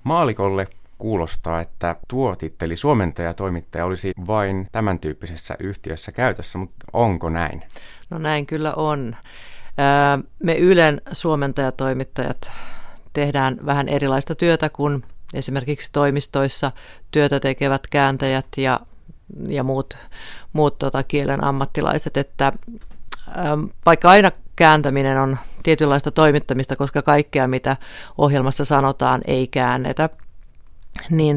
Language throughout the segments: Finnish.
Maalikolle kuulostaa, että tuo titteli suomentaja-toimittaja olisi vain tämän tyyppisessä yhtiössä käytössä, mutta onko näin? No näin kyllä on. Me Ylen suomentajatoimittajat tehdään vähän erilaista työtä kuin esimerkiksi toimistoissa työtä tekevät kääntäjät ja muut kielen ammattilaiset, että vaikka aina kääntäminen on tietynlaista toimittamista, koska kaikkea mitä ohjelmassa sanotaan ei käännetä, niin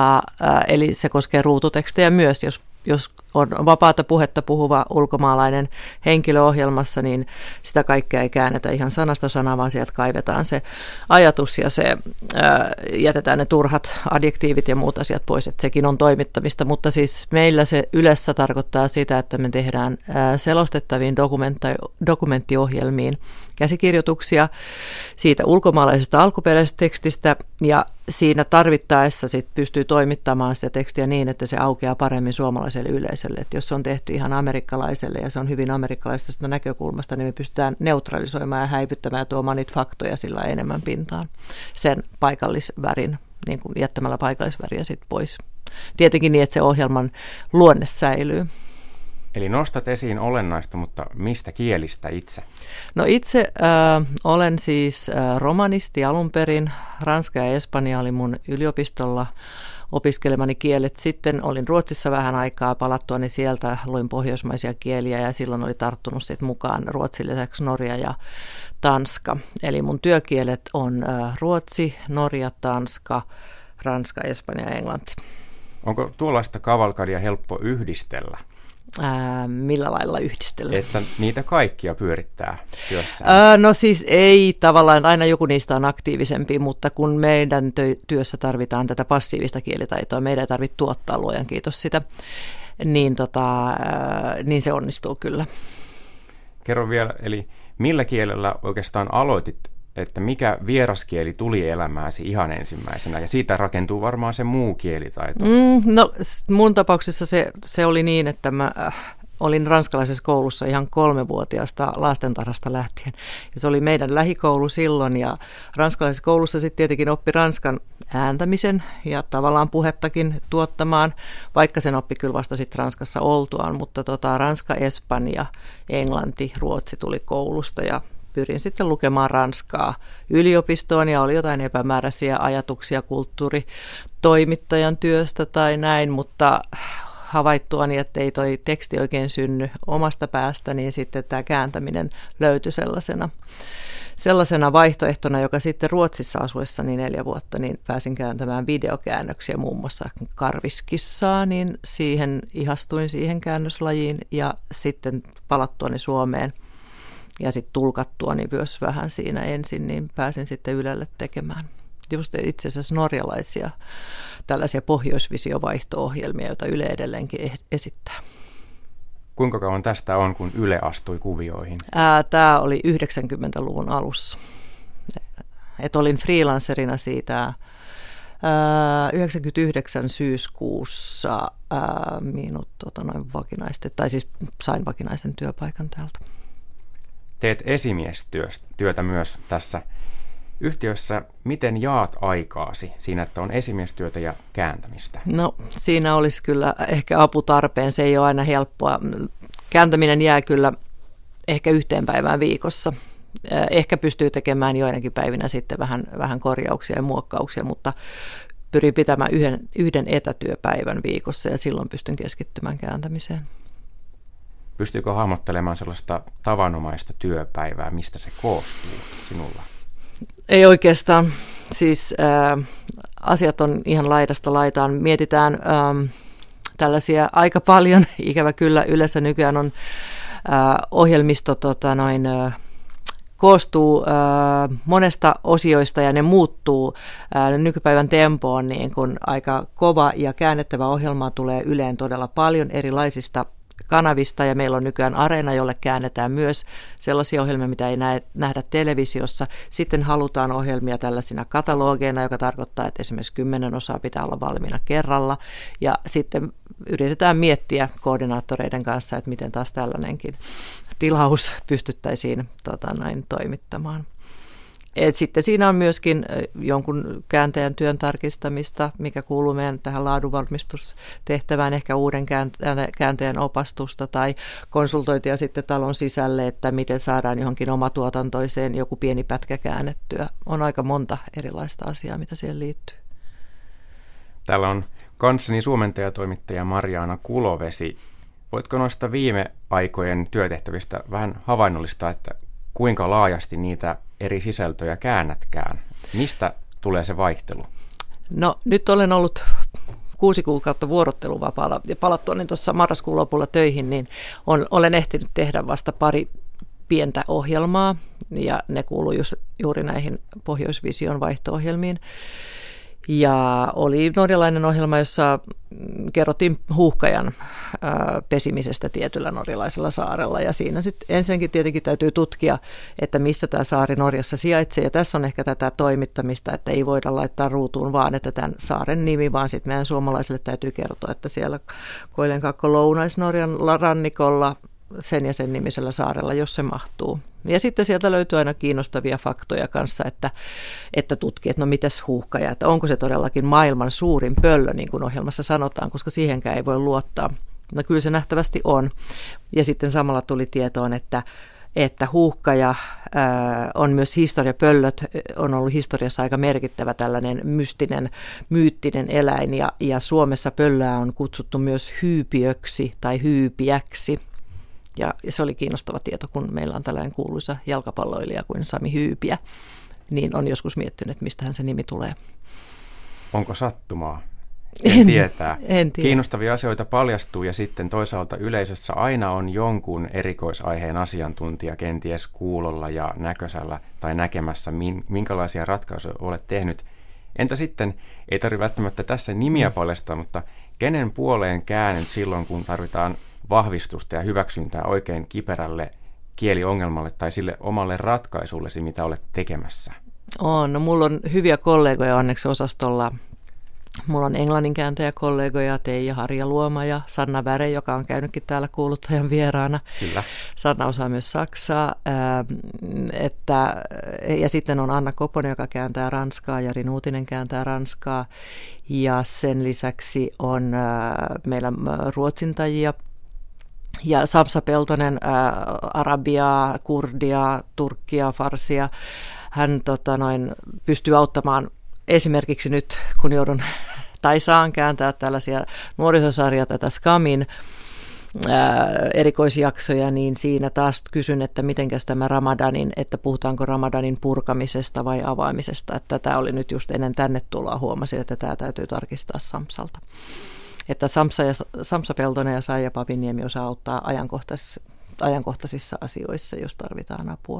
eli se koskee ruututekstejä myös, jos on vapaata puhetta puhuva ulkomaalainen henkilö ohjelmassa, niin sitä kaikkea ei käännetä ihan sanasta sanaa, vaan sieltä kaivetaan se ajatus ja jätetään ne turhat adjektiivit ja muut asiat pois, että sekin on toimittamista, mutta siis meillä se Ylessä tarkoittaa sitä, että me tehdään selostettaviin dokumenttiohjelmiin käsikirjoituksia siitä ulkomaalaisesta alkuperäisestä tekstistä, ja siinä tarvittaessa sit pystyy toimittamaan sitä tekstiä niin, että se aukeaa paremmin suomalaiselle yleisölle. Et jos se on tehty ihan amerikkalaiselle ja se on hyvin amerikkalaisesta näkökulmasta, niin me pystytään neutralisoimaan ja häivyttämään ja tuomaan niitä faktoja sillä enemmän pintaan sen paikallisvärin, niin kuin jättämällä paikallisväriä sit pois. Tietenkin niin, että se ohjelman luonne säilyy. Eli nostat esiin olennaista, mutta mistä kielistä itse? No itse olen siis romanisti alun perin. Ranska ja espanja oli mun yliopistolla opiskelemani kielet. Sitten olin Ruotsissa vähän aikaa, palattuani sieltä luin pohjoismaisia kieliä ja silloin oli tarttunut sit mukaan ruotsin lisäksi Norja ja Tanska. Eli mun työkielet on ruotsi, Norja, Tanska, Ranska, Espanja ja englanti. Onko tuollaista kavalkadia helppo yhdistellä? Millä lailla yhdistellä? Että niitä kaikkia pyörittää työssä. No siis ei tavallaan, aina joku niistä on aktiivisempi, mutta kun meidän työssä tarvitaan tätä passiivista kielitaitoa, meidän ei tarvitse tuottaa, luojan kiitos sitä, niin se onnistuu kyllä. Kerro vielä, eli millä kielellä oikeastaan aloitit, että mikä vieraskieli tuli elämääsi ihan ensimmäisenä, ja siitä rakentuu varmaan se muu kielitaito. No mun tapauksessa se oli niin, että mä olin ranskalaisessa koulussa ihan 3-vuotiaasta lastentarhasta lähtien. Ja se oli meidän lähikoulu silloin, ja ranskalaisessa koulussa sitten tietenkin oppi ranskan ääntämisen ja tavallaan puhettakin tuottamaan, vaikka sen oppi kyllä vasta sitten Ranskassa oltuaan, mutta Ranska, Espanja, Englanti, Ruotsi tuli koulusta, ja pyrin sitten lukemaan ranskaa yliopistoon ja oli jotain epämääräisiä ajatuksia kulttuuritoimittajan työstä tai näin, mutta havaittuani, että ei toi teksti oikein synny omasta päästä, niin sitten tämä kääntäminen löytyi sellaisena vaihtoehtona, joka sitten Ruotsissa asuessani 4 vuotta, niin pääsin kääntämään videokäännöksiä muun muassa Karviskissaa, niin ihastuin siihen käännöslajiin ja sitten palattuani Suomeen ja sitten tulkattuani myös vähän siinä ensin, niin pääsin sitten Ylelle tekemään just itse asiassa norjalaisia tällaisia pohjoisvisiovaihto-ohjelmia, joita Yle edelleenkin esittää. Kuinka kauan tästä on, kun Yle astui kuvioihin? Tämä oli 90-luvun alussa. Olin freelancerina siitä 99 syyskuussa minut sain vakinaisen työpaikan täältä. Teet esimiestyötä myös tässä yhtiössä. Miten jaat aikaasi siinä, että on esimiestyötä ja kääntämistä? No siinä olisi kyllä ehkä aputarpeen. Se ei ole aina helppoa. Kääntäminen jää kyllä ehkä 1 päivään viikossa. Ehkä pystyy tekemään joinakin päivinä sitten vähän korjauksia ja muokkauksia, mutta pyrin pitämään yhden etätyöpäivän viikossa ja silloin pystyn keskittymään kääntämiseen. Pystyykö hahmottelemaan sellaista tavanomaista työpäivää, mistä se koostuu sinulla? Ei oikeastaan. Siis asiat on ihan laidasta laitaan. Mietitään tällaisia aika paljon. Ikävä kyllä Ylessä nykyään on ohjelmisto koostuu monesta osioista ja ne muuttuu. Nykypäivän tempo on niin kuin aika kova ja käännettävä ohjelmaa tulee Yleen todella paljon erilaisista kanavista ja meillä on nykyään Areena, jolle käännetään myös sellaisia ohjelmia, mitä ei nähdä televisiossa. Sitten halutaan ohjelmia tällaisina katalogeina, joka tarkoittaa, että esimerkiksi 10 osaa pitää olla valmiina kerralla. Ja sitten yritetään miettiä koordinaattoreiden kanssa, että miten taas tällainenkin tilaus pystyttäisiin toimittamaan. Sitten siinä on myöskin jonkun kääntäjän työn tarkistamista, mikä kuuluu meidän tähän laadunvalmistustehtävään, ehkä uuden kääntäjän opastusta tai konsultointia sitten talon sisälle, että miten saadaan johonkin omatuotantoiseen joku pieni pätkä käännettyä. On aika monta erilaista asiaa, mitä siihen liittyy. Täällä on kanssani suomentajatoimittaja Marjaana Kulovesi. Voitko noista viime aikojen työtehtävistä vähän havainnollistaa, että kuinka laajasti niitä eri sisältöjä käännätkään? Mistä tulee se vaihtelu? No nyt olen ollut 6 kuukautta vuorotteluvapaalla ja palattua niin tuossa marraskuun lopulla töihin, niin olen ehtinyt tehdä vasta pari pientä ohjelmaa ja ne kuuluu juuri näihin Pohjoisvision vaihto-ohjelmiin. Ja oli norjalainen ohjelma, jossa kerrottiin huuhkajan pesimisestä tietyllä norjalaisella saarella. Ja siinä nyt ensinnäkin tietenkin täytyy tutkia, että missä tämä saari Norjassa sijaitsee. Ja tässä on ehkä tätä toimittamista, että ei voida laittaa ruutuun vaan, että tämän saaren nimi, vaan sitten meidän suomalaisille täytyy kertoa, että siellä Koilenkakko Lounais-Norjan rannikolla sen ja sen nimisellä saarella, jos se mahtuu. Ja sitten sieltä löytyy aina kiinnostavia faktoja kanssa, että tutkii, että no mitäs huuhkaja, että onko se todellakin maailman suurin pöllö, niin kuin ohjelmassa sanotaan, koska siihenkään ei voi luottaa. No kyllä se nähtävästi on. Ja sitten samalla tuli tietoon, että huuhkaja on myös historiapöllöt, on ollut historiassa aika merkittävä tällainen myyttinen eläin, ja Suomessa pöllöä on kutsuttu myös hyypiöksi tai hyypiäksi. Ja se oli kiinnostava tieto, kun meillä on tällainen kuuluisa jalkapalloilija kuin Sami Hyypiä, niin on joskus miettinyt, mistähän se nimi tulee. Onko sattumaa? En tiedä. En tiedä. Kiinnostavia asioita paljastuu ja sitten toisaalta yleisössä aina on jonkun erikoisaiheen asiantuntija kenties kuulolla ja näköisellä tai näkemässä, minkälaisia ratkaisuja olet tehnyt. Entä sitten, ei tarvitse välttämättä tässä nimiä paljastaa, mutta kenen puoleen käännyt silloin, kun tarvitaan vahvistusta ja hyväksyntää oikein kiperälle kieliongelmalle tai sille omalle ratkaisullesi, mitä olet tekemässä? No mulla on hyviä kollegoja onneksi osastolla. Mulla on englanninkääntäjäkollegoja, Teija Harja Luoma ja Sanna Väre, joka on käynytkin täällä kuuluttajan vieraana. Kyllä. Sanna osaa myös saksaa. Ja sitten on Anna Koponen, joka kääntää ranskaa, Jari Nuutinen kääntää ranskaa. Ja sen lisäksi on meillä ruotsintajia. Ja Samsa Peltonen, arabiaa, kurdia, turkkia, farsia. Hän pystyy auttamaan esimerkiksi nyt, kun joudun tai saan kääntää tällaisia nuorisosarja tätä Skamin erikoisjaksoja, niin siinä taas kysyn, että mitenkäs tämä Ramadanin, että puhutaanko Ramadanin purkamisesta vai avaamisesta. Että tätä oli nyt just ennen tänne tuloa, huomasin, että tämä täytyy tarkistaa Samsalta. Että Samsa Peltonen ja Saija Papiniemi osaa auttaa ajankohtaisissa asioissa, jos tarvitaan apua.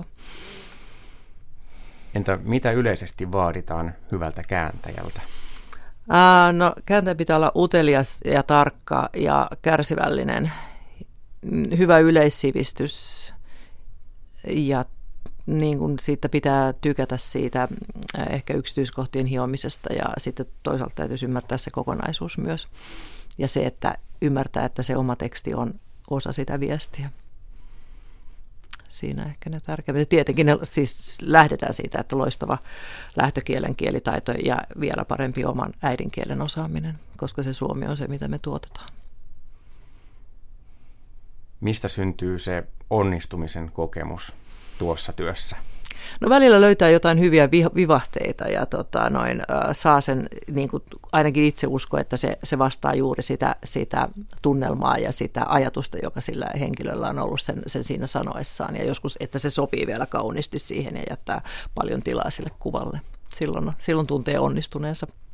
Entä mitä yleisesti vaaditaan hyvältä kääntäjältä? No kääntäjä pitää olla utelias ja tarkka ja kärsivällinen, hyvä yleissivistys ja niin kuin siitä pitää tykätä siitä ehkä yksityiskohtien hiomisesta ja sitten toisaalta täytyisi ymmärtää se kokonaisuus myös ja se, että ymmärtää, että se oma teksti on osa sitä viestiä. Siinä ehkä ne tärkeimmät. Tietenkin siis lähdetään siitä, että loistava lähtökielen kielitaito ja vielä parempi oman äidinkielen osaaminen, koska se suomi on se, mitä me tuotetaan. Mistä syntyy se onnistumisen kokemus tuossa työssä? No välillä löytää jotain hyviä vivahteita ja saa sen, niin kuin ainakin itse usko, että se vastaa juuri sitä tunnelmaa ja sitä ajatusta, joka sillä henkilöllä on ollut sen siinä sanoessaan. Ja joskus, että se sopii vielä kauniisti siihen ja jättää paljon tilaa sille kuvalle. Silloin tuntee onnistuneensa.